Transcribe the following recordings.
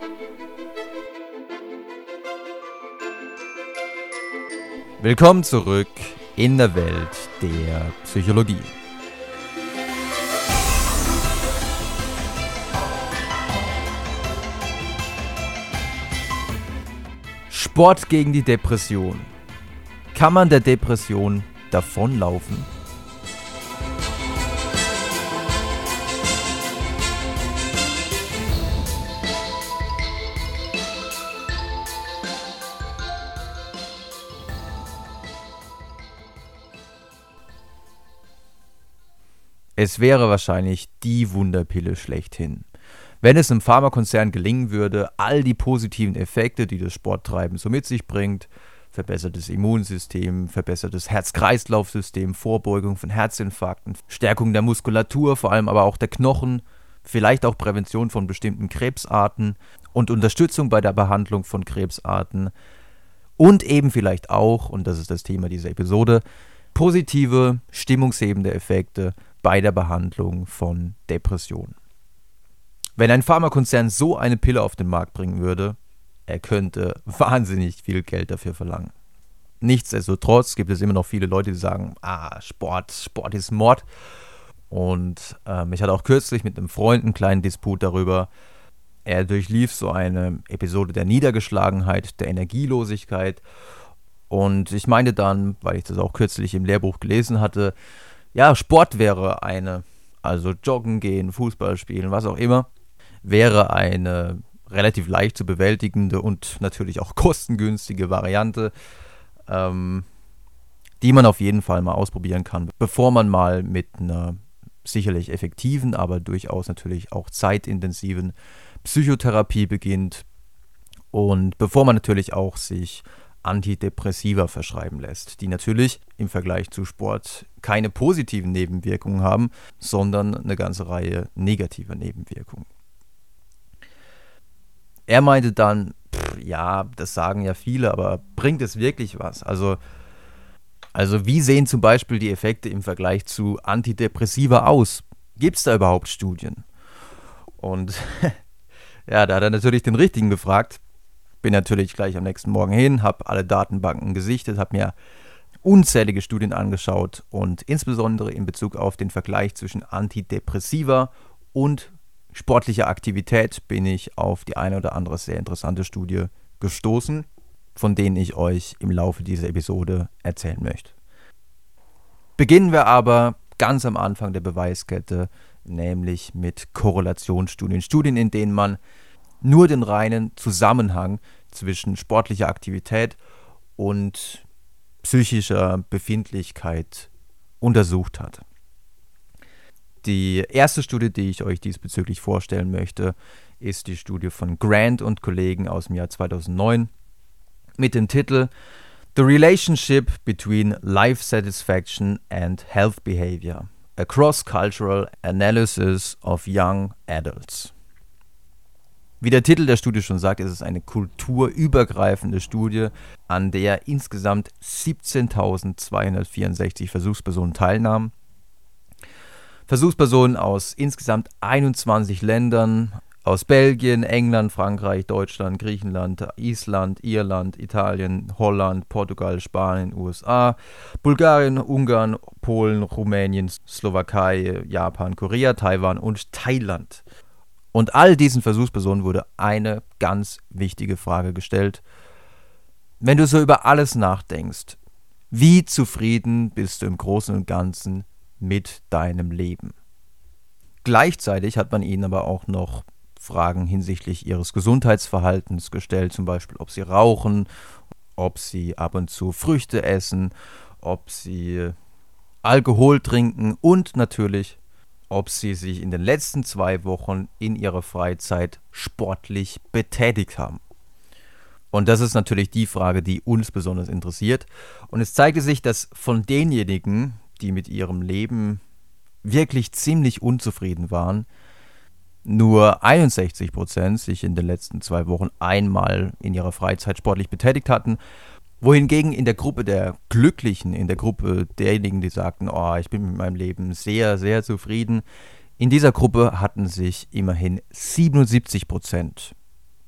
Willkommen zurück in der Welt der Psychologie. Sport gegen die Depression. Kann man der Depression davonlaufen? Es wäre wahrscheinlich die Wunderpille schlechthin. Wenn es einem Pharmakonzern gelingen würde, all die positiven Effekte, die das Sporttreiben so mit sich bringt, verbessertes Immunsystem, verbessertes Herz-Kreislauf-System, Vorbeugung von Herzinfarkten, Stärkung der Muskulatur, vor allem aber auch der Knochen, vielleicht auch Prävention von bestimmten Krebsarten und Unterstützung bei der Behandlung von Krebsarten und eben vielleicht auch, und das ist das Thema dieser Episode, positive, stimmungshebende Effekte bei der Behandlung von Depressionen. Wenn ein Pharmakonzern so eine Pille auf den Markt bringen würde, er könnte wahnsinnig viel Geld dafür verlangen. Nichtsdestotrotz gibt es immer noch viele Leute, die sagen, Sport ist Mord. Und ich hatte auch kürzlich mit einem Freund einen kleinen Disput darüber. Er durchlief so eine Episode der Niedergeschlagenheit, der Energielosigkeit. Und ich meinte dann, weil ich das auch kürzlich im Lehrbuch gelesen hatte, ja, Sport wäre also joggen gehen, Fußball spielen, was auch immer, wäre eine relativ leicht zu bewältigende und natürlich auch kostengünstige Variante, die man auf jeden Fall mal ausprobieren kann, bevor man mal mit einer sicherlich effektiven, aber durchaus natürlich auch zeitintensiven Psychotherapie beginnt und bevor man natürlich auch sich Antidepressiva verschreiben lässt, die natürlich im Vergleich zu Sport keine positiven Nebenwirkungen haben, sondern eine ganze Reihe negativer Nebenwirkungen. Er meinte dann, ja, das sagen ja viele, aber bringt es wirklich was? Also wie sehen zum Beispiel die Effekte im Vergleich zu Antidepressiva aus? Gibt es da überhaupt Studien? Und ja, da hat er natürlich den Richtigen gefragt. Bin natürlich gleich am nächsten Morgen hin, habe alle Datenbanken gesichtet, habe mir unzählige Studien angeschaut und insbesondere in Bezug auf den Vergleich zwischen Antidepressiva und sportlicher Aktivität bin ich auf die eine oder andere sehr interessante Studie gestoßen, von denen ich euch im Laufe dieser Episode erzählen möchte. Beginnen wir aber ganz am Anfang der Beweiskette, nämlich mit Korrelationsstudien. Studien, in denen man nur den reinen Zusammenhang zwischen sportlicher Aktivität und psychischer Befindlichkeit untersucht hat. Die erste Studie, die ich euch diesbezüglich vorstellen möchte, ist die Studie von Grant und Kollegen aus dem Jahr 2009 mit dem Titel The Relationship Between Life Satisfaction and Health Behavior, a Cross-Cultural Analysis of Young Adults. Wie der Titel der Studie schon sagt, ist es eine kulturübergreifende Studie, an der insgesamt 17.264 Versuchspersonen teilnahmen. Versuchspersonen aus insgesamt 21 Ländern, aus Belgien, England, Frankreich, Deutschland, Griechenland, Island, Irland, Italien, Holland, Portugal, Spanien, USA, Bulgarien, Ungarn, Polen, Rumänien, Slowakei, Japan, Korea, Taiwan und Thailand. Und all diesen Versuchspersonen wurde eine ganz wichtige Frage gestellt. Wenn du so über alles nachdenkst, wie zufrieden bist du im Großen und Ganzen mit deinem Leben? Gleichzeitig hat man ihnen aber auch noch Fragen hinsichtlich ihres Gesundheitsverhaltens gestellt, zum Beispiel ob sie rauchen, ob sie ab und zu Früchte essen, ob sie Alkohol trinken und natürlich ob sie sich in den letzten 2 Wochen in ihrer Freizeit sportlich betätigt haben. Und das ist natürlich die Frage, die uns besonders interessiert. Und es zeigte sich, dass von denjenigen, die mit ihrem Leben wirklich ziemlich unzufrieden waren, nur 61% sich in den letzten 2 Wochen einmal in ihrer Freizeit sportlich betätigt hatten, wohingegen in der Gruppe der Glücklichen, in der Gruppe derjenigen, die sagten, ich bin mit meinem Leben sehr, sehr zufrieden, in dieser Gruppe hatten sich immerhin 77%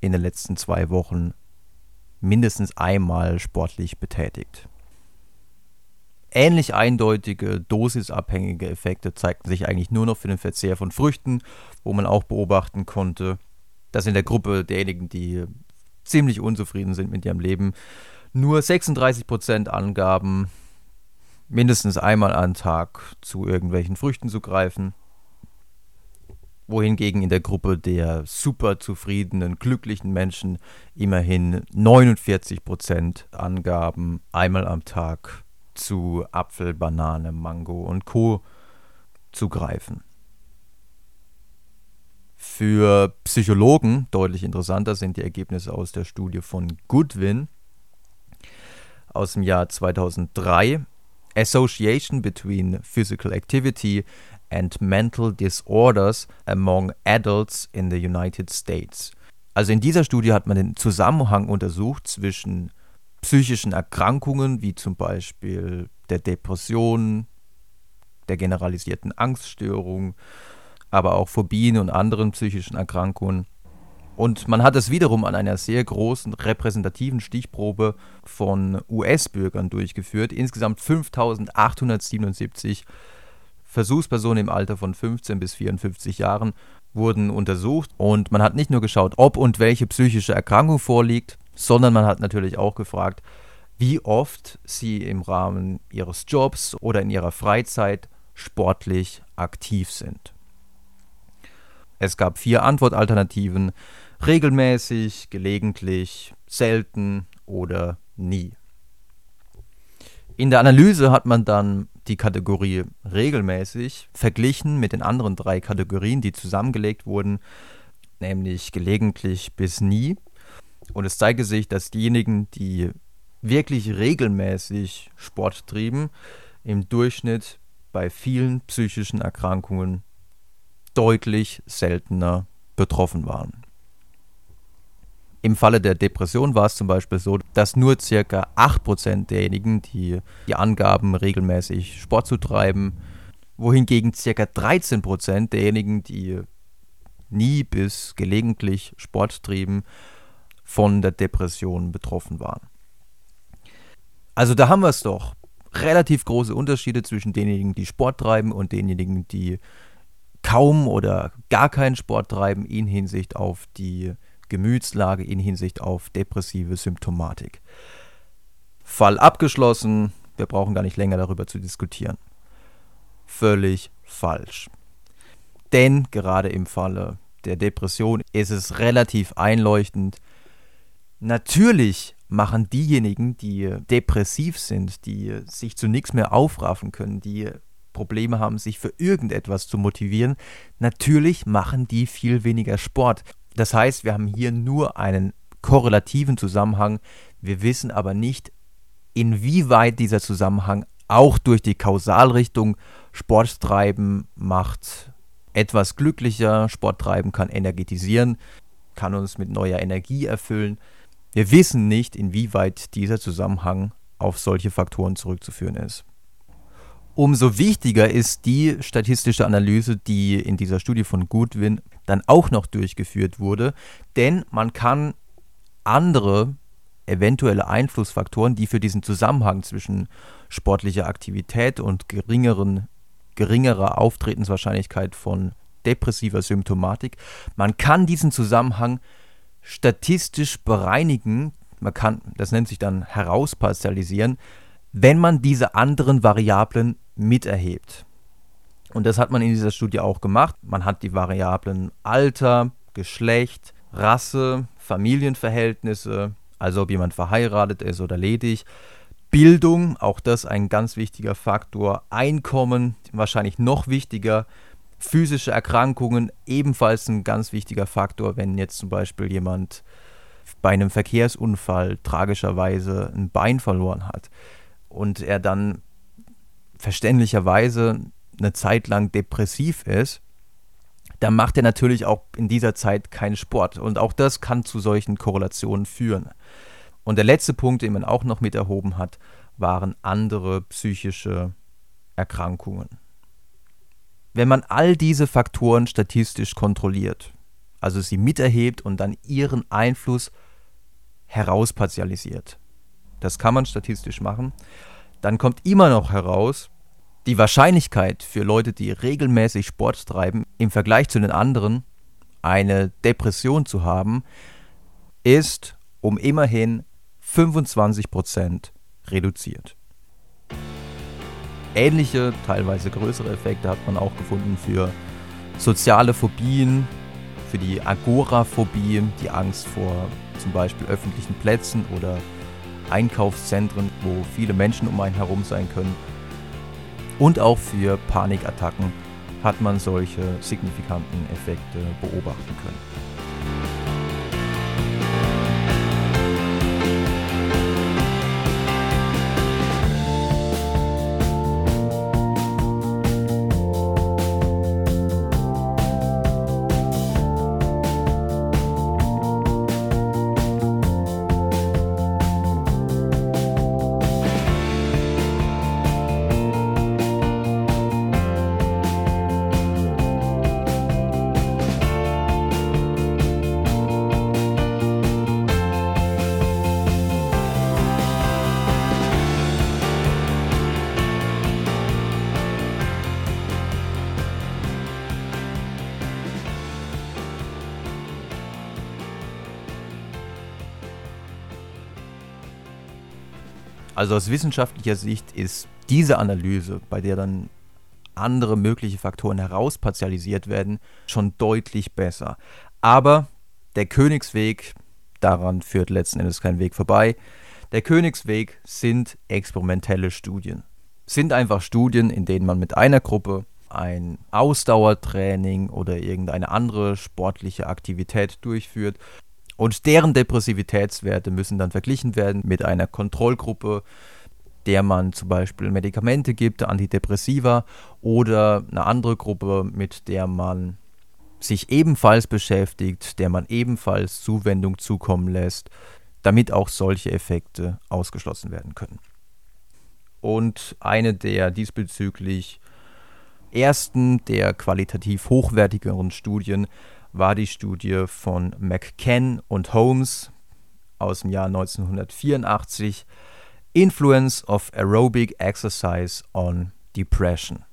in den letzten 2 Wochen mindestens einmal sportlich betätigt. Ähnlich eindeutige dosisabhängige Effekte zeigten sich eigentlich nur noch für den Verzehr von Früchten, wo man auch beobachten konnte, dass in der Gruppe derjenigen, die ziemlich unzufrieden sind mit ihrem Leben, nur 36% angaben, mindestens einmal am Tag zu irgendwelchen Früchten zu greifen, wohingegen in der Gruppe der super zufriedenen, glücklichen Menschen immerhin 49% angaben, einmal am Tag zu Apfel, Banane, Mango und Co. zu greifen. Für Psychologen deutlich interessanter sind die Ergebnisse aus der Studie von Goodwin aus dem Jahr 2003. Association between physical activity and mental disorders among adults in the United States. Also in dieser Studie hat man den Zusammenhang untersucht zwischen psychischen Erkrankungen, wie zum Beispiel der Depression, der generalisierten Angststörung, aber auch Phobien und anderen psychischen Erkrankungen. Und man hat es wiederum an einer sehr großen repräsentativen Stichprobe von US-Bürgern durchgeführt. Insgesamt 5.877 Versuchspersonen im Alter von 15 bis 54 Jahren wurden untersucht. Und man hat nicht nur geschaut, ob und welche psychische Erkrankung vorliegt, sondern man hat natürlich auch gefragt, wie oft sie im Rahmen ihres Jobs oder in ihrer Freizeit sportlich aktiv sind. Es gab 4 Antwortalternativen: regelmäßig, gelegentlich, selten oder nie. In der Analyse hat man dann die Kategorie regelmäßig verglichen mit den anderen 3 Kategorien, die zusammengelegt wurden, nämlich gelegentlich bis nie. Und es zeigte sich, dass diejenigen, die wirklich regelmäßig Sport trieben, im Durchschnitt bei vielen psychischen Erkrankungen deutlich seltener betroffen waren. Im Falle der Depression war es zum Beispiel so, dass nur ca. 8% derjenigen, die angaben, regelmäßig Sport zu treiben, wohingegen ca. 13% derjenigen, die nie bis gelegentlich Sport trieben, von der Depression betroffen waren. Also da haben wir es doch. Relativ große Unterschiede zwischen denjenigen, die Sport treiben und denjenigen, die kaum oder gar keinen Sport treiben in Hinsicht auf die Gemütslage, in Hinsicht auf depressive Symptomatik. Fall abgeschlossen, wir brauchen gar nicht länger darüber zu diskutieren. Völlig falsch. Denn gerade im Falle der Depression ist es relativ einleuchtend. Natürlich machen diejenigen, die depressiv sind, die sich zu nichts mehr aufraffen können, die Probleme haben, sich für irgendetwas zu motivieren, natürlich machen die viel weniger Sport. Das heißt, wir haben hier nur einen korrelativen Zusammenhang. Wir wissen aber nicht, inwieweit dieser Zusammenhang auch durch die Kausalrichtung Sport treiben macht etwas glücklicher. Sport treiben kann energetisieren, kann uns mit neuer Energie erfüllen. Wir wissen nicht, inwieweit dieser Zusammenhang auf solche Faktoren zurückzuführen ist. Umso wichtiger ist die statistische Analyse, die in dieser Studie von Goodwin dann auch noch durchgeführt wurde, denn man kann andere eventuelle Einflussfaktoren, die für diesen Zusammenhang zwischen sportlicher Aktivität und geringerer Auftretenswahrscheinlichkeit von depressiver Symptomatik, man kann diesen Zusammenhang statistisch bereinigen, das nennt sich dann herauspartialisieren, wenn man diese anderen Variablen miterhebt. Und das hat man in dieser Studie auch gemacht. Man hat die Variablen Alter, Geschlecht, Rasse, Familienverhältnisse, also ob jemand verheiratet ist oder ledig, Bildung, auch das ein ganz wichtiger Faktor, Einkommen, wahrscheinlich noch wichtiger, physische Erkrankungen, ebenfalls ein ganz wichtiger Faktor, wenn jetzt zum Beispiel jemand bei einem Verkehrsunfall tragischerweise ein Bein verloren hat und er dann verständlicherweise eine Zeit lang depressiv ist, dann macht er natürlich auch in dieser Zeit keinen Sport. Und auch das kann zu solchen Korrelationen führen. Und der letzte Punkt, den man auch noch mit erhoben hat, waren andere psychische Erkrankungen. Wenn man all diese Faktoren statistisch kontrolliert, also sie miterhebt und dann ihren Einfluss herauspartialisiert. Das kann man statistisch machen. Dann kommt immer noch heraus, die Wahrscheinlichkeit für Leute, die regelmäßig Sport treiben, im Vergleich zu den anderen eine Depression zu haben, ist um immerhin 25% reduziert. Ähnliche, teilweise größere Effekte hat man auch gefunden für soziale Phobien, für die Agoraphobie, die Angst vor zum Beispiel öffentlichen Plätzen oder Einkaufszentren, wo viele Menschen um einen herum sein können. Und auch für Panikattacken hat man solche signifikanten Effekte beobachten können. Also aus wissenschaftlicher Sicht ist diese Analyse, bei der dann andere mögliche Faktoren herauspartialisiert werden, schon deutlich besser. Aber der Königsweg, daran führt letzten Endes kein Weg vorbei, der Königsweg sind experimentelle Studien. Sind einfach Studien, in denen man mit einer Gruppe ein Ausdauertraining oder irgendeine andere sportliche Aktivität durchführt. Und deren Depressivitätswerte müssen dann verglichen werden mit einer Kontrollgruppe, der man zum Beispiel Medikamente gibt, Antidepressiva, oder eine andere Gruppe, mit der man sich ebenfalls beschäftigt, der man ebenfalls Zuwendung zukommen lässt, damit auch solche Effekte ausgeschlossen werden können. Und eine der diesbezüglich ersten, der qualitativ hochwertigeren Studien war die Studie von McCann und Holmes aus dem Jahr 1984, Influence of Aerobic Exercise on Depression.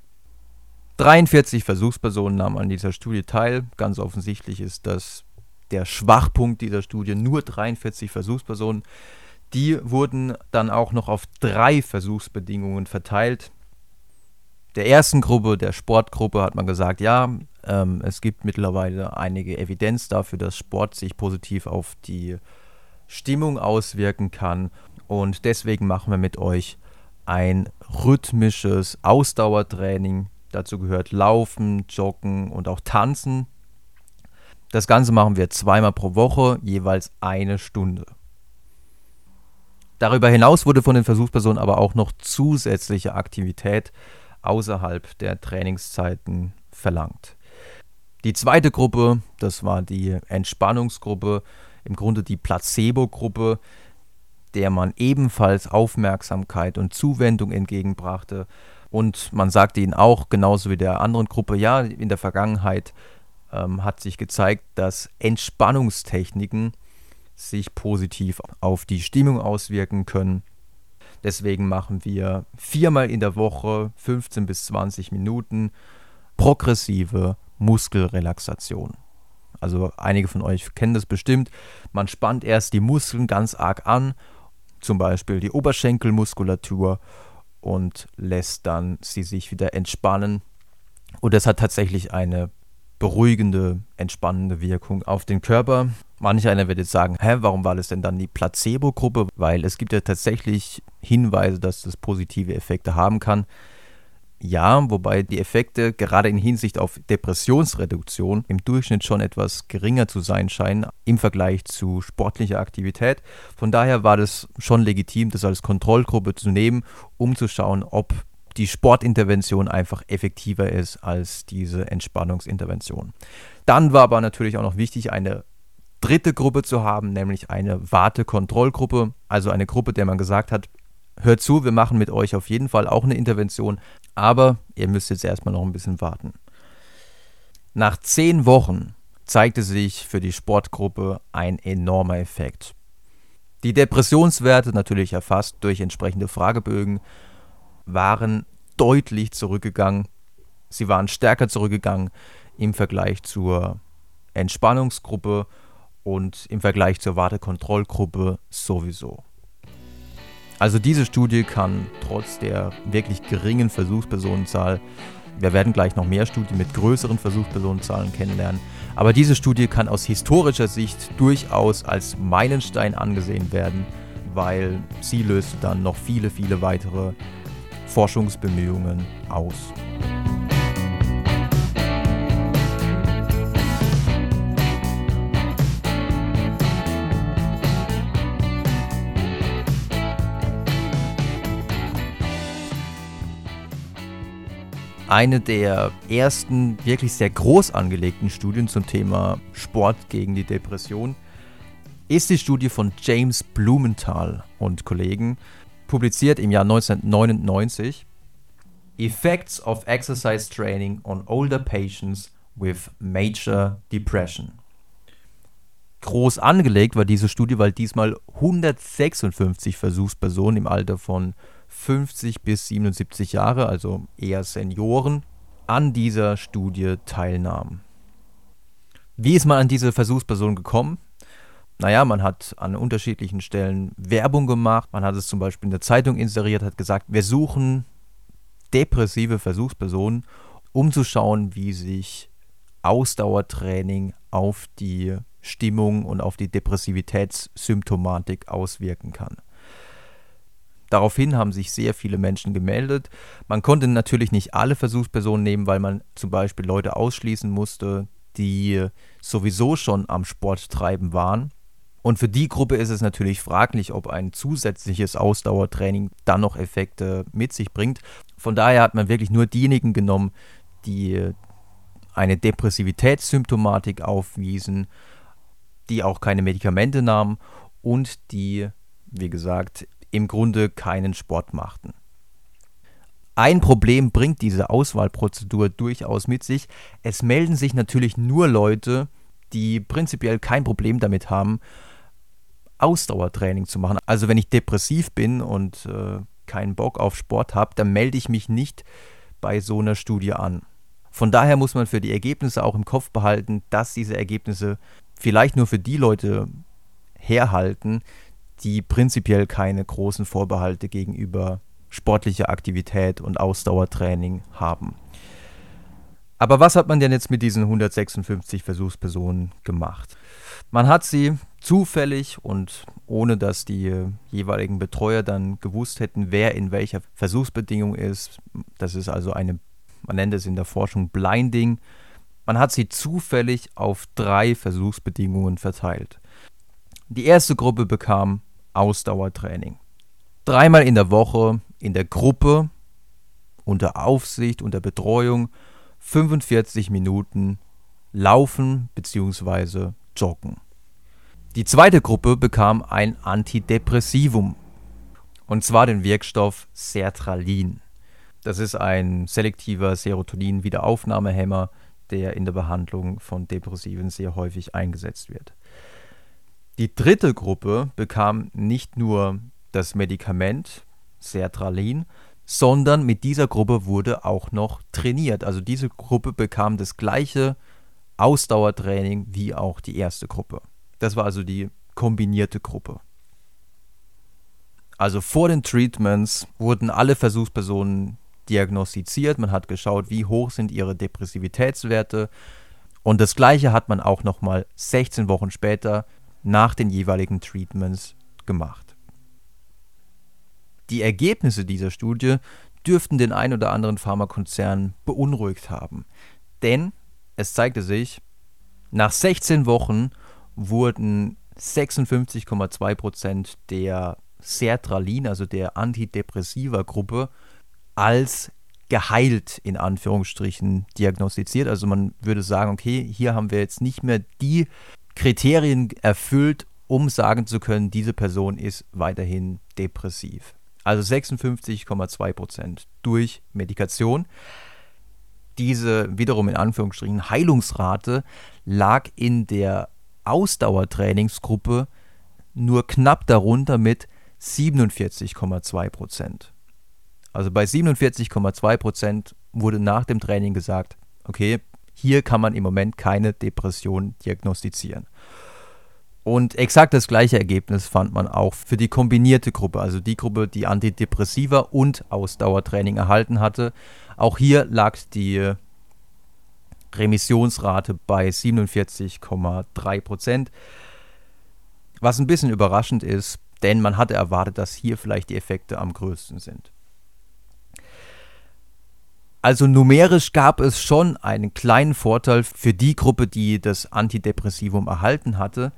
43 Versuchspersonen nahmen an dieser Studie teil. Ganz offensichtlich ist das der Schwachpunkt dieser Studie, nur 43 Versuchspersonen. Die wurden dann auch noch auf 3 Versuchsbedingungen verteilt. Der ersten Gruppe, der Sportgruppe, hat man gesagt, ja, es gibt mittlerweile einige Evidenz dafür, dass Sport sich positiv auf die Stimmung auswirken kann. Und deswegen machen wir mit euch ein rhythmisches Ausdauertraining. Dazu gehört Laufen, Joggen und auch Tanzen. Das Ganze machen wir 2-mal pro Woche, jeweils 1 Stunde. Darüber hinaus wurde von den Versuchspersonen aber auch noch zusätzliche Aktivität außerhalb der Trainingszeiten verlangt. Die zweite Gruppe, das war die Entspannungsgruppe, im Grunde die Placebo-Gruppe, der man ebenfalls Aufmerksamkeit und Zuwendung entgegenbrachte. Und man sagte ihnen auch, genauso wie der anderen Gruppe, ja, in der Vergangenheit hat sich gezeigt, dass Entspannungstechniken sich positiv auf die Stimmung auswirken können. Deswegen machen wir 4-mal in der Woche 15 bis 20 Minuten progressive Muskelrelaxation. Also einige von euch kennen das bestimmt. Man spannt erst die Muskeln ganz arg an, zum Beispiel die Oberschenkelmuskulatur, und lässt dann sie sich wieder entspannen. Und das hat tatsächlich eine beruhigende, entspannende Wirkung auf den Körper. Manch einer wird jetzt sagen, warum war das denn dann die Placebo-Gruppe? Weil es gibt ja tatsächlich Hinweise, dass das positive Effekte haben kann. Ja, wobei die Effekte gerade in Hinsicht auf Depressionsreduktion im Durchschnitt schon etwas geringer zu sein scheinen im Vergleich zu sportlicher Aktivität. Von daher war das schon legitim, das als Kontrollgruppe zu nehmen, um zu schauen, ob die Sportintervention einfach effektiver ist als diese Entspannungsintervention. Dann war aber natürlich auch noch wichtig, eine dritte Gruppe zu haben, nämlich eine Wartekontrollgruppe, also eine Gruppe, der man gesagt hat, hört zu, wir machen mit euch auf jeden Fall auch eine Intervention, aber ihr müsst jetzt erstmal noch ein bisschen warten. Nach 10 Wochen zeigte sich für die Sportgruppe ein enormer Effekt. Die Depressionswerte, natürlich erfasst durch entsprechende Fragebögen, waren deutlich zurückgegangen. Sie waren stärker zurückgegangen im Vergleich zur Entspannungsgruppe und im Vergleich zur Wartekontrollgruppe sowieso. Also diese Studie kann trotz der wirklich geringen Versuchspersonenzahl, wir werden gleich noch mehr Studien mit größeren Versuchspersonenzahlen kennenlernen, aber diese Studie kann aus historischer Sicht durchaus als Meilenstein angesehen werden, weil sie löste dann noch viele, viele weitere Forschungsbemühungen aus. Eine der ersten wirklich sehr groß angelegten Studien zum Thema Sport gegen die Depression ist die Studie von James Blumenthal und Kollegen, publiziert im Jahr 1999, Effects of Exercise Training on Older Patients with Major Depression. Groß angelegt war diese Studie, weil diesmal 156 Versuchspersonen im Alter von 50 bis 77 Jahre, also eher Senioren, an dieser Studie teilnahmen. Wie ist man an diese Versuchspersonen gekommen? Naja, man hat an unterschiedlichen Stellen Werbung gemacht, man hat es zum Beispiel in der Zeitung inseriert, hat gesagt, wir suchen depressive Versuchspersonen, um zu schauen, wie sich Ausdauertraining auf die Stimmung und auf die Depressivitätssymptomatik auswirken kann. Daraufhin haben sich sehr viele Menschen gemeldet. Man konnte natürlich nicht alle Versuchspersonen nehmen, weil man zum Beispiel Leute ausschließen musste, die sowieso schon am Sport treiben waren. Und für die Gruppe ist es natürlich fraglich, ob ein zusätzliches Ausdauertraining dann noch Effekte mit sich bringt. Von daher hat man wirklich nur diejenigen genommen, die eine Depressivitätssymptomatik aufwiesen, die auch keine Medikamente nahmen und die, wie gesagt, im Grunde keinen Sport machten. Ein Problem bringt diese Auswahlprozedur durchaus mit sich. Es melden sich natürlich nur Leute, die prinzipiell kein Problem damit haben, Ausdauertraining zu machen. Also wenn ich depressiv bin und keinen Bock auf Sport habe, dann melde ich mich nicht bei so einer Studie an. Von daher muss man für die Ergebnisse auch im Kopf behalten, dass diese Ergebnisse vielleicht nur für die Leute herhalten, die prinzipiell keine großen Vorbehalte gegenüber sportlicher Aktivität und Ausdauertraining haben. Aber was hat man denn jetzt mit diesen 156 Versuchspersonen gemacht? Man hat sie zufällig und ohne dass die jeweiligen Betreuer dann gewusst hätten, wer in welcher Versuchsbedingung ist, das ist also man nennt es in der Forschung Blinding, man hat sie zufällig auf 3 Versuchsbedingungen verteilt. Die erste Gruppe bekam Ausdauertraining. 3-mal in der Woche in der Gruppe, unter Aufsicht, unter Betreuung, 45 Minuten laufen bzw. joggen. Die zweite Gruppe bekam ein Antidepressivum, und zwar den Wirkstoff Sertralin. Das ist ein selektiver Serotonin-Wiederaufnahmehemmer, der in der Behandlung von Depressiven sehr häufig eingesetzt wird. Die dritte Gruppe bekam nicht nur das Medikament Sertralin, sondern mit dieser Gruppe wurde auch noch trainiert. Also diese Gruppe bekam das gleiche Ausdauertraining wie auch die erste Gruppe. Das war also die kombinierte Gruppe. Also vor den Treatments wurden alle Versuchspersonen diagnostiziert. Man hat geschaut, wie hoch sind ihre Depressivitätswerte. Und das Gleiche hat man auch nochmal 16 Wochen später nach den jeweiligen Treatments gemacht. Die Ergebnisse dieser Studie dürften den ein oder anderen Pharmakonzern beunruhigt haben. Denn es zeigte sich, nach 16 Wochen wurden 56,2% der Sertralin, also der Antidepressiva-Gruppe, als geheilt in Anführungsstrichen diagnostiziert. Also man würde sagen, okay, hier haben wir jetzt nicht mehr die Kriterien erfüllt, um sagen zu können, diese Person ist weiterhin depressiv. Also 56,2% durch Medikation. Diese wiederum in Anführungsstrichen Heilungsrate lag in der Ausdauertrainingsgruppe nur knapp darunter mit 47,2%. Also bei 47,2% wurde nach dem Training gesagt, okay, hier kann man im Moment keine Depression diagnostizieren. Und exakt das gleiche Ergebnis fand man auch für die kombinierte Gruppe, also die Gruppe, die Antidepressiva und Ausdauertraining erhalten hatte. Auch hier lag die Remissionsrate bei 47,3%, was ein bisschen überraschend ist, denn man hatte erwartet, dass hier vielleicht die Effekte am größten sind. Also numerisch gab es schon einen kleinen Vorteil für die Gruppe, die das Antidepressivum erhalten hatte,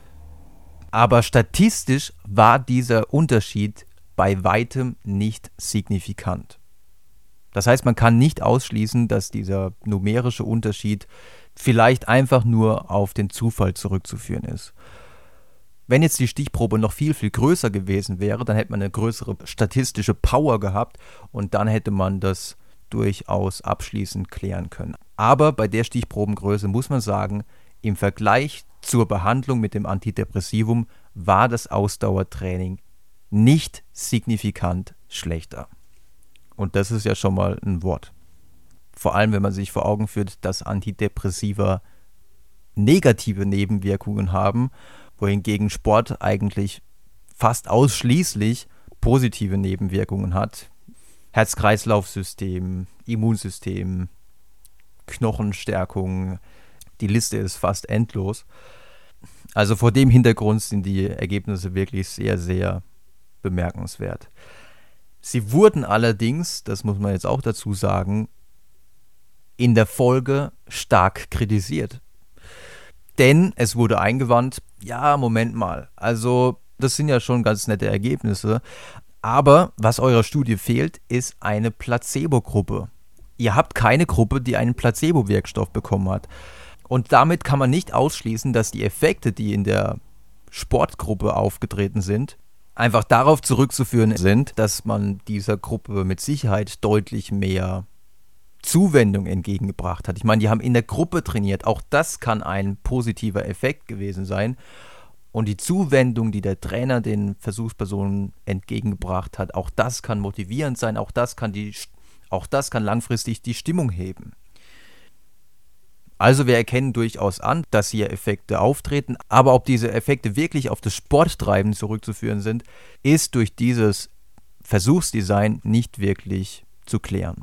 aber statistisch war dieser Unterschied bei weitem nicht signifikant. Das heißt, man kann nicht ausschließen, dass dieser numerische Unterschied vielleicht einfach nur auf den Zufall zurückzuführen ist. Wenn jetzt die Stichprobe noch viel, viel größer gewesen wäre, dann hätte man eine größere statistische Power gehabt und dann hätte man das durchaus abschließend klären können. Aber bei der Stichprobengröße muss man sagen, im Vergleich zur Behandlung mit dem Antidepressivum war das Ausdauertraining nicht signifikant schlechter. Und das ist ja schon mal ein Wort. Vor allem, wenn man sich vor Augen führt, dass Antidepressiva negative Nebenwirkungen haben, wohingegen Sport eigentlich fast ausschließlich positive Nebenwirkungen hat. Herz-Kreislauf-System, Immunsystem, Knochenstärkung, die Liste ist fast endlos. Also vor dem Hintergrund sind die Ergebnisse wirklich sehr, sehr bemerkenswert. Sie wurden allerdings, das muss man jetzt auch dazu sagen, in der Folge stark kritisiert. Denn es wurde eingewandt, ja, Moment mal, also das sind ja schon ganz nette Ergebnisse, aber was eurer Studie fehlt, ist eine Placebo-Gruppe. Ihr habt keine Gruppe, die einen Placebo-Wirkstoff bekommen hat. Und damit kann man nicht ausschließen, dass die Effekte, die in der Sportgruppe aufgetreten sind, einfach darauf zurückzuführen sind, dass man dieser Gruppe mit Sicherheit deutlich mehr Zuwendung entgegengebracht hat. Ich meine, die haben in der Gruppe trainiert. Auch das kann ein positiver Effekt gewesen sein. Und die Zuwendung, die der Trainer den Versuchspersonen entgegengebracht hat, auch das kann motivierend sein. Auch das kann langfristig die Stimmung heben. Also wir erkennen durchaus an, dass hier Effekte auftreten, aber ob diese Effekte wirklich auf das Sporttreiben zurückzuführen sind, ist durch dieses Versuchsdesign nicht wirklich zu klären.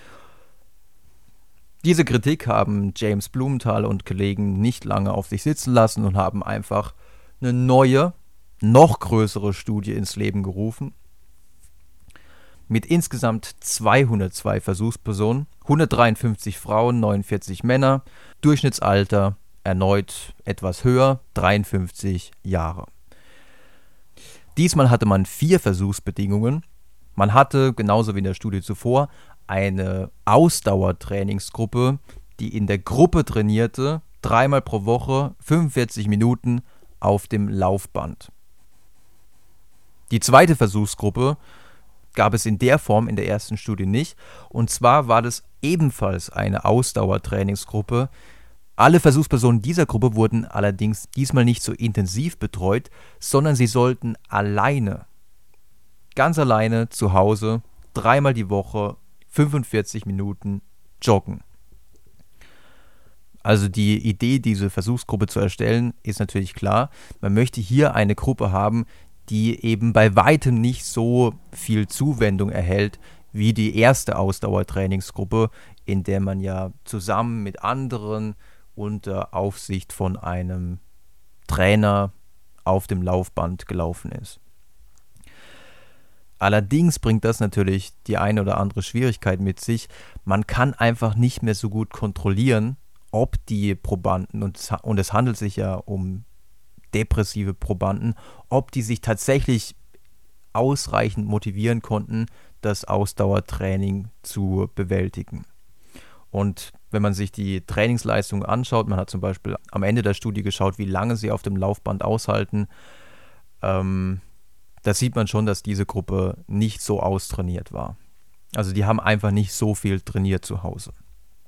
Diese Kritik haben James Blumenthal und Kollegen nicht lange auf sich sitzen lassen und haben einfach eine neue, noch größere Studie ins Leben gerufen. Mit insgesamt 202 Versuchspersonen, 153 Frauen, 49 Männer, Durchschnittsalter erneut etwas höher, 53 Jahre. Diesmal hatte man 4 Versuchsbedingungen. Man hatte, genauso wie in der Studie zuvor, eine Ausdauertrainingsgruppe, die in der Gruppe trainierte, 3-mal pro Woche, 45 Minuten auf dem Laufband. Die zweite Versuchsgruppe gab es in der Form in der ersten Studie nicht. Und zwar war das ebenfalls eine Ausdauertrainingsgruppe. Alle Versuchspersonen dieser Gruppe wurden allerdings diesmal nicht so intensiv betreut, sondern sie sollten alleine, ganz alleine zu Hause, 3-mal die Woche, 45 Minuten joggen. Also die Idee, diese Versuchsgruppe zu erstellen, ist natürlich klar. Man möchte hier eine Gruppe haben, die eben bei weitem nicht so viel Zuwendung erhält wie die erste Ausdauertrainingsgruppe, in der man ja zusammen mit anderen unter Aufsicht von einem Trainer auf dem Laufband gelaufen ist. Allerdings bringt das natürlich die eine oder andere Schwierigkeit mit sich. Man kann einfach nicht mehr so gut kontrollieren, ob die Probanden, und es handelt sich ja um depressive Probanden, ob die sich tatsächlich ausreichend motivieren konnten, das Ausdauertraining zu bewältigen. Und wenn man sich die Trainingsleistung anschaut, man hat zum Beispiel am Ende der Studie geschaut, wie lange sie auf dem Laufband aushalten, da sieht man schon, dass diese Gruppe nicht so austrainiert war. Also die haben einfach nicht so viel trainiert zu Hause.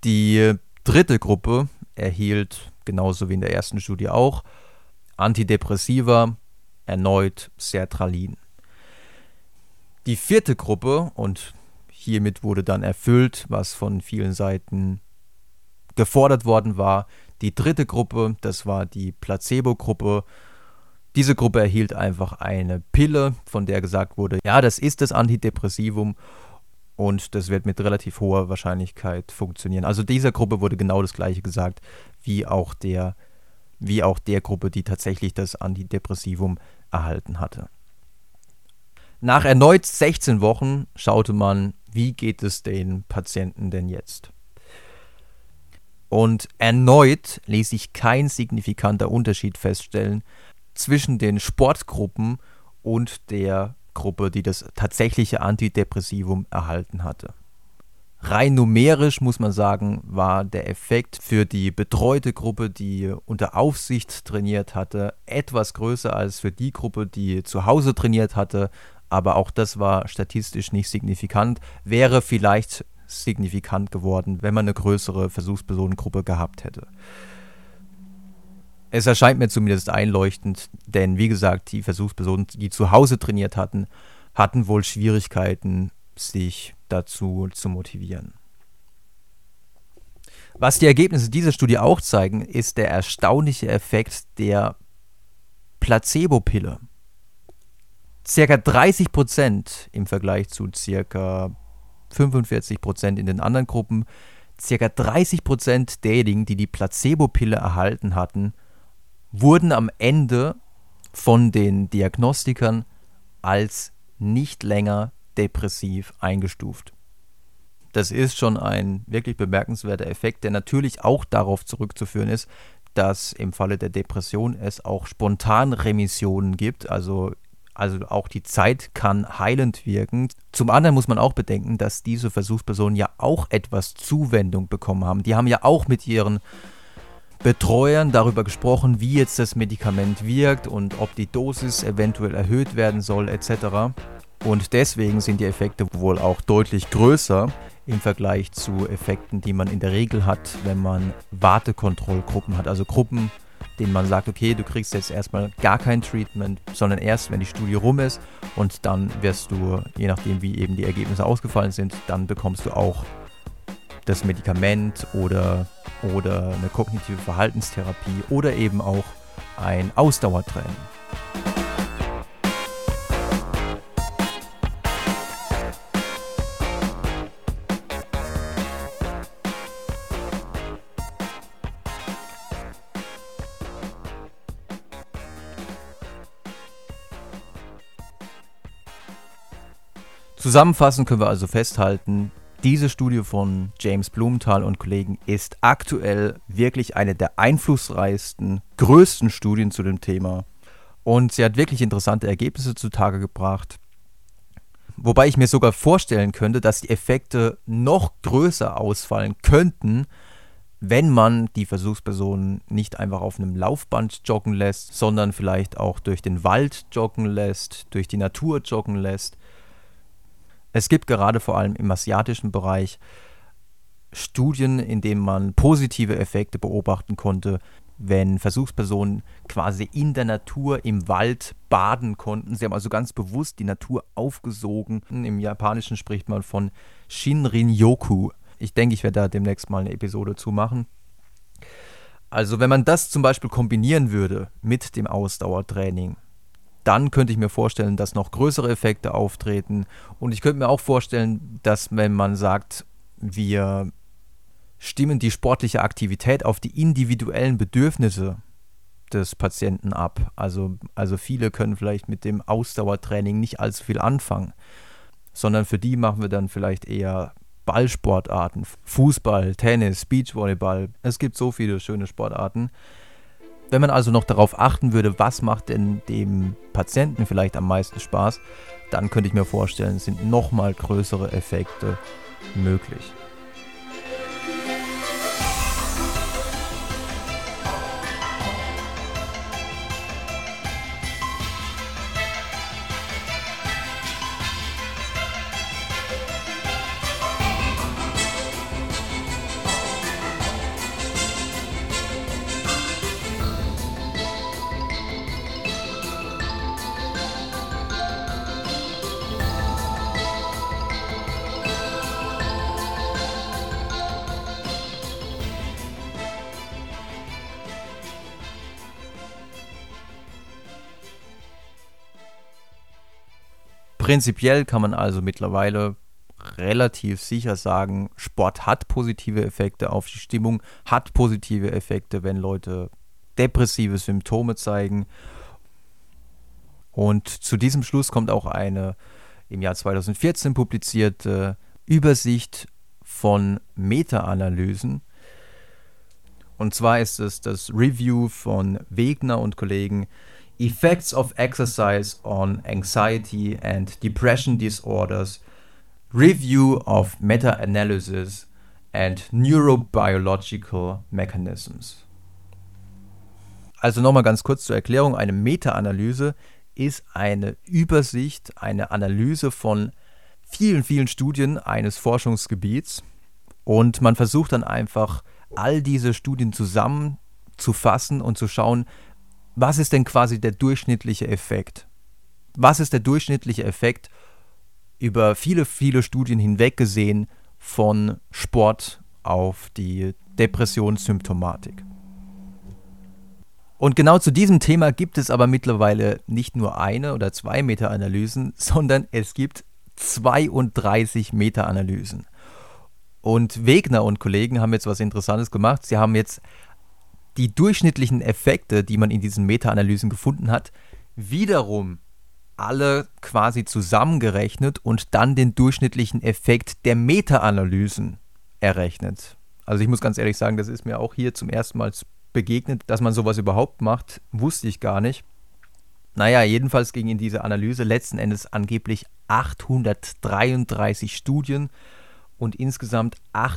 Die dritte Gruppe erhielt, genauso wie in der ersten Studie auch, Antidepressiva, erneut Sertralin. Die vierte Gruppe, und hiermit wurde dann erfüllt, was von vielen Seiten gefordert worden war, die dritte Gruppe, das war die Placebo-Gruppe. Diese Gruppe erhielt einfach eine Pille, von der gesagt wurde, ja, das ist das Antidepressivum und das wird mit relativ hoher Wahrscheinlichkeit funktionieren. Also dieser Gruppe wurde genau das Gleiche gesagt, wie auch der Gruppe, die tatsächlich das Antidepressivum erhalten hatte. Nach erneut 16 Wochen schaute man, wie geht es den Patienten denn jetzt? Und erneut ließ sich kein signifikanter Unterschied feststellen zwischen den Sportgruppen und der Gruppe, die das tatsächliche Antidepressivum erhalten hatte. Rein numerisch muss man sagen, war der Effekt für die betreute Gruppe, die unter Aufsicht trainiert hatte, etwas größer als für die Gruppe, die zu Hause trainiert hatte, aber auch das war statistisch nicht signifikant, wäre vielleicht signifikant geworden, wenn man eine größere Versuchspersonengruppe gehabt hätte. Es erscheint mir zumindest einleuchtend, denn wie gesagt, die Versuchspersonen, die zu Hause trainiert hatten, hatten wohl Schwierigkeiten, sich dazu zu motivieren. Was die Ergebnisse dieser Studie auch zeigen, ist der erstaunliche Effekt der Placebo-Pille. Circa 30% im Vergleich zu circa 45% in den anderen Gruppen, circa 30% derjenigen, die die Placebo-Pille erhalten hatten, wurden am Ende von den Diagnostikern als nicht länger depressiv eingestuft. Das ist schon ein wirklich bemerkenswerter Effekt, der natürlich auch darauf zurückzuführen ist, dass im Falle der Depression es auch Spontanremissionen gibt, also auch die Zeit kann heilend wirken. Zum anderen muss man auch bedenken, dass diese Versuchspersonen ja auch etwas Zuwendung bekommen haben. Die haben ja auch mit ihren Betreuern darüber gesprochen, wie jetzt das Medikament wirkt und ob die Dosis eventuell erhöht werden soll etc. Und deswegen sind die Effekte wohl auch deutlich größer im Vergleich zu Effekten, die man in der Regel hat, wenn man Wartekontrollgruppen hat. Also Gruppen, denen man sagt, okay, du kriegst jetzt erstmal gar kein Treatment, sondern erst, wenn die Studie rum ist und dann wirst du, je nachdem wie eben die Ergebnisse ausgefallen sind, dann bekommst du auch das Medikament oder eine kognitive Verhaltenstherapie oder eben auch ein Ausdauertraining. Zusammenfassend können wir also festhalten, diese Studie von James Blumenthal und Kollegen ist aktuell wirklich eine der einflussreichsten, größten Studien zu dem Thema. Und sie hat wirklich interessante Ergebnisse zutage gebracht. Wobei ich mir sogar vorstellen könnte, dass die Effekte noch größer ausfallen könnten, wenn man die Versuchspersonen nicht einfach auf einem Laufband joggen lässt, sondern vielleicht auch durch den Wald joggen lässt, durch die Natur joggen lässt. Es gibt gerade vor allem im asiatischen Bereich Studien, in denen man positive Effekte beobachten konnte, wenn Versuchspersonen quasi in der Natur im Wald baden konnten. Sie haben also ganz bewusst die Natur aufgesogen. Im Japanischen spricht man von Shinrin-yoku. Ich denke, ich werde da demnächst mal eine Episode zu machen. Also wenn man das zum Beispiel kombinieren würde mit dem Ausdauertraining, dann könnte ich mir vorstellen, dass noch größere Effekte auftreten. Und ich könnte mir auch vorstellen, dass wenn man sagt, wir stimmen die sportliche Aktivität auf die individuellen Bedürfnisse des Patienten ab. Also viele können vielleicht mit dem Ausdauertraining nicht allzu viel anfangen, sondern für die machen wir dann vielleicht eher Ballsportarten, Fußball, Tennis, Beachvolleyball. Es gibt so viele schöne Sportarten. Wenn man also noch darauf achten würde, was macht denn dem Patienten vielleicht am meisten Spaß, dann könnte ich mir vorstellen, sind nochmal größere Effekte möglich. Prinzipiell kann man also mittlerweile relativ sicher sagen, Sport hat positive Effekte auf die Stimmung, hat positive Effekte, wenn Leute depressive Symptome zeigen. Und zu diesem Schluss kommt auch eine im Jahr 2014 publizierte Übersicht von Meta-Analysen. Und zwar ist es das Review von Wegner und Kollegen Effects of Exercise on Anxiety and Depression Disorders, Review of Meta-Analysis and Neurobiological Mechanisms. Also nochmal ganz kurz zur Erklärung, eine Meta-Analyse ist eine Übersicht, eine Analyse von vielen, vielen Studien eines Forschungsgebiets und man versucht dann einfach, all diese Studien zusammenzufassen und zu schauen, was ist denn quasi der durchschnittliche Effekt? Was ist der durchschnittliche Effekt über viele, viele Studien hinweg gesehen von Sport auf die Depressionssymptomatik? Und genau zu diesem Thema gibt es aber mittlerweile nicht nur eine oder zwei Meta-Analysen, sondern es gibt 32 Meta-Analysen. Und Wegner und Kollegen haben jetzt was Interessantes gemacht. Sie haben jetzt die durchschnittlichen Effekte, die man in diesen Meta-Analysen gefunden hat, wiederum alle quasi zusammengerechnet und dann den durchschnittlichen Effekt der Meta-Analysen errechnet. Also ich muss ganz ehrlich sagen, das ist mir auch hier zum ersten Mal begegnet, dass man sowas überhaupt macht, wusste ich gar nicht. Naja, jedenfalls ging in diese Analyse letzten Endes angeblich 833 Studien und insgesamt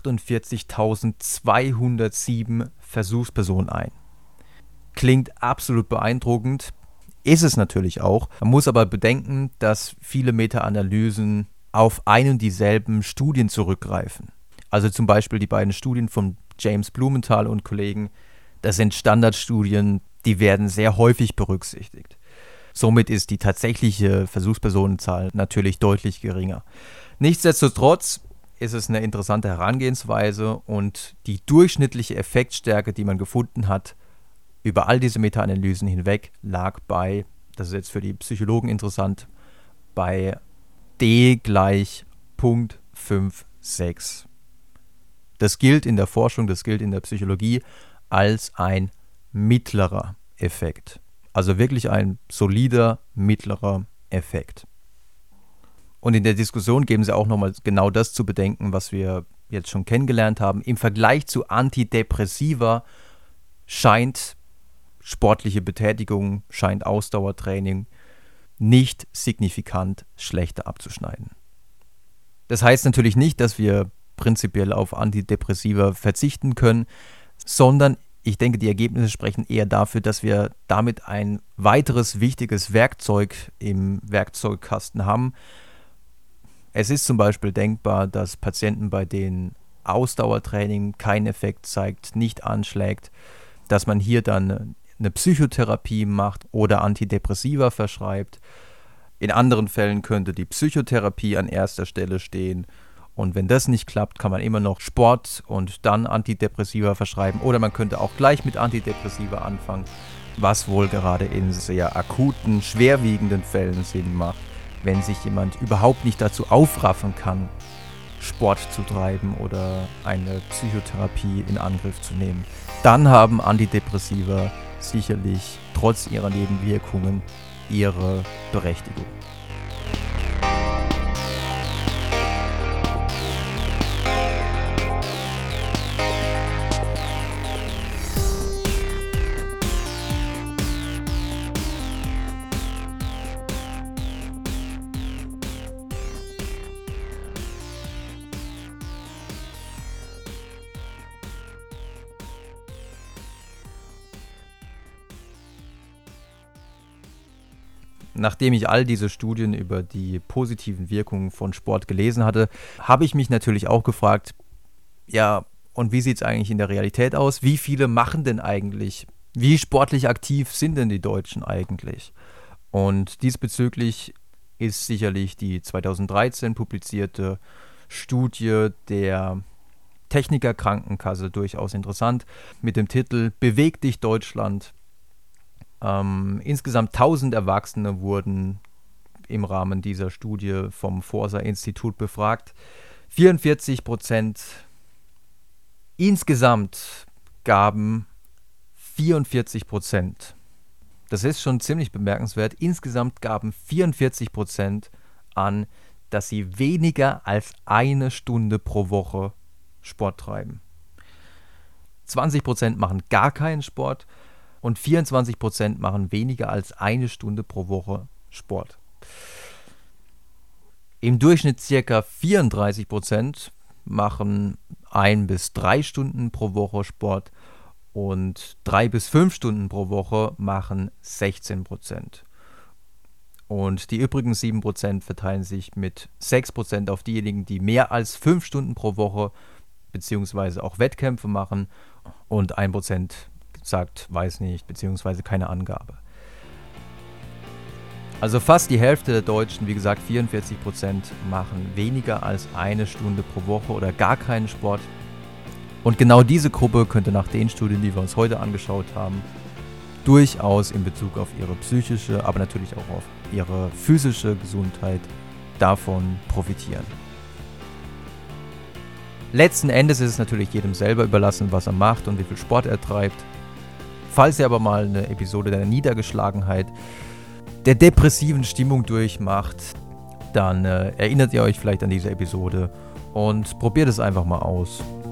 48.207 Versuchspersonen ein. Klingt absolut beeindruckend, ist es natürlich auch. Man muss aber bedenken, dass viele Meta-Analysen auf ein und dieselben Studien zurückgreifen. Also zum Beispiel die beiden Studien von James Blumenthal und Kollegen, das sind Standardstudien, die werden sehr häufig berücksichtigt. Somit ist die tatsächliche Versuchspersonenzahl natürlich deutlich geringer. Nichtsdestotrotz ist es eine interessante Herangehensweise und die durchschnittliche Effektstärke, die man gefunden hat, über all diese Meta-Analysen hinweg, lag bei, das ist jetzt für die Psychologen interessant, bei D gleich 0,56. Das gilt in der Forschung, das gilt in der Psychologie als ein mittlerer Effekt. Also wirklich ein solider mittlerer Effekt. Und in der Diskussion geben sie auch nochmal genau das zu bedenken, was wir jetzt schon kennengelernt haben. Im Vergleich zu Antidepressiva scheint sportliche Betätigung, scheint Ausdauertraining nicht signifikant schlechter abzuschneiden. Das heißt natürlich nicht, dass wir prinzipiell auf Antidepressiva verzichten können, sondern ich denke, die Ergebnisse sprechen eher dafür, dass wir damit ein weiteres wichtiges Werkzeug im Werkzeugkasten haben. Es ist zum Beispiel denkbar, dass Patienten, bei denen Ausdauertraining keinen Effekt zeigt, nicht anschlägt, dass man hier dann eine Psychotherapie macht oder Antidepressiva verschreibt. In anderen Fällen könnte die Psychotherapie an erster Stelle stehen. Und wenn das nicht klappt, kann man immer noch Sport und dann Antidepressiva verschreiben. Oder man könnte auch gleich mit Antidepressiva anfangen, was wohl gerade in sehr akuten, schwerwiegenden Fällen Sinn macht, wenn sich jemand überhaupt nicht dazu aufraffen kann, Sport zu treiben oder eine Psychotherapie in Angriff zu nehmen. Dann haben Antidepressiva sicherlich trotz ihrer Nebenwirkungen ihre Berechtigung. Nachdem ich all diese Studien über die positiven Wirkungen von Sport gelesen hatte, habe ich mich natürlich auch gefragt, ja, und wie sieht es eigentlich in der Realität aus? Wie viele machen denn eigentlich? Wie sportlich aktiv sind denn die Deutschen eigentlich? Und diesbezüglich ist sicherlich die 2013 publizierte Studie der Techniker Krankenkasse durchaus interessant mit dem Titel Beweg dich Deutschland. Insgesamt 1000 Erwachsene wurden im Rahmen dieser Studie vom Forsa-Institut befragt. 44%, insgesamt gaben 44%. Das ist schon ziemlich bemerkenswert. Insgesamt gaben 44% an, dass sie weniger als 1 Stunde pro Woche Sport treiben. 20% machen gar keinen Sport und 24% machen weniger als 1 Stunde pro Woche Sport. Im Durchschnitt ca. 34% machen 1 bis 3 Stunden pro Woche Sport und 3 bis 5 Stunden pro Woche machen 16%. Und die übrigen 7% verteilen sich mit 6% auf diejenigen, die mehr als 5 Stunden pro Woche beziehungsweise auch Wettkämpfe machen, und 1% sagt, weiß nicht, beziehungsweise keine Angabe. Also fast die Hälfte der Deutschen, wie gesagt 44%, machen weniger als 1 Stunde pro Woche oder gar keinen Sport. Und genau diese Gruppe könnte nach den Studien, die wir uns heute angeschaut haben, durchaus in Bezug auf ihre psychische, aber natürlich auch auf ihre physische Gesundheit davon profitieren. Letzten Endes ist es natürlich jedem selber überlassen, was er macht und wie viel Sport er treibt. Falls ihr aber mal eine Episode der Niedergeschlagenheit, der depressiven Stimmung durchmacht, dann erinnert ihr euch vielleicht an diese Episode und probiert es einfach mal aus.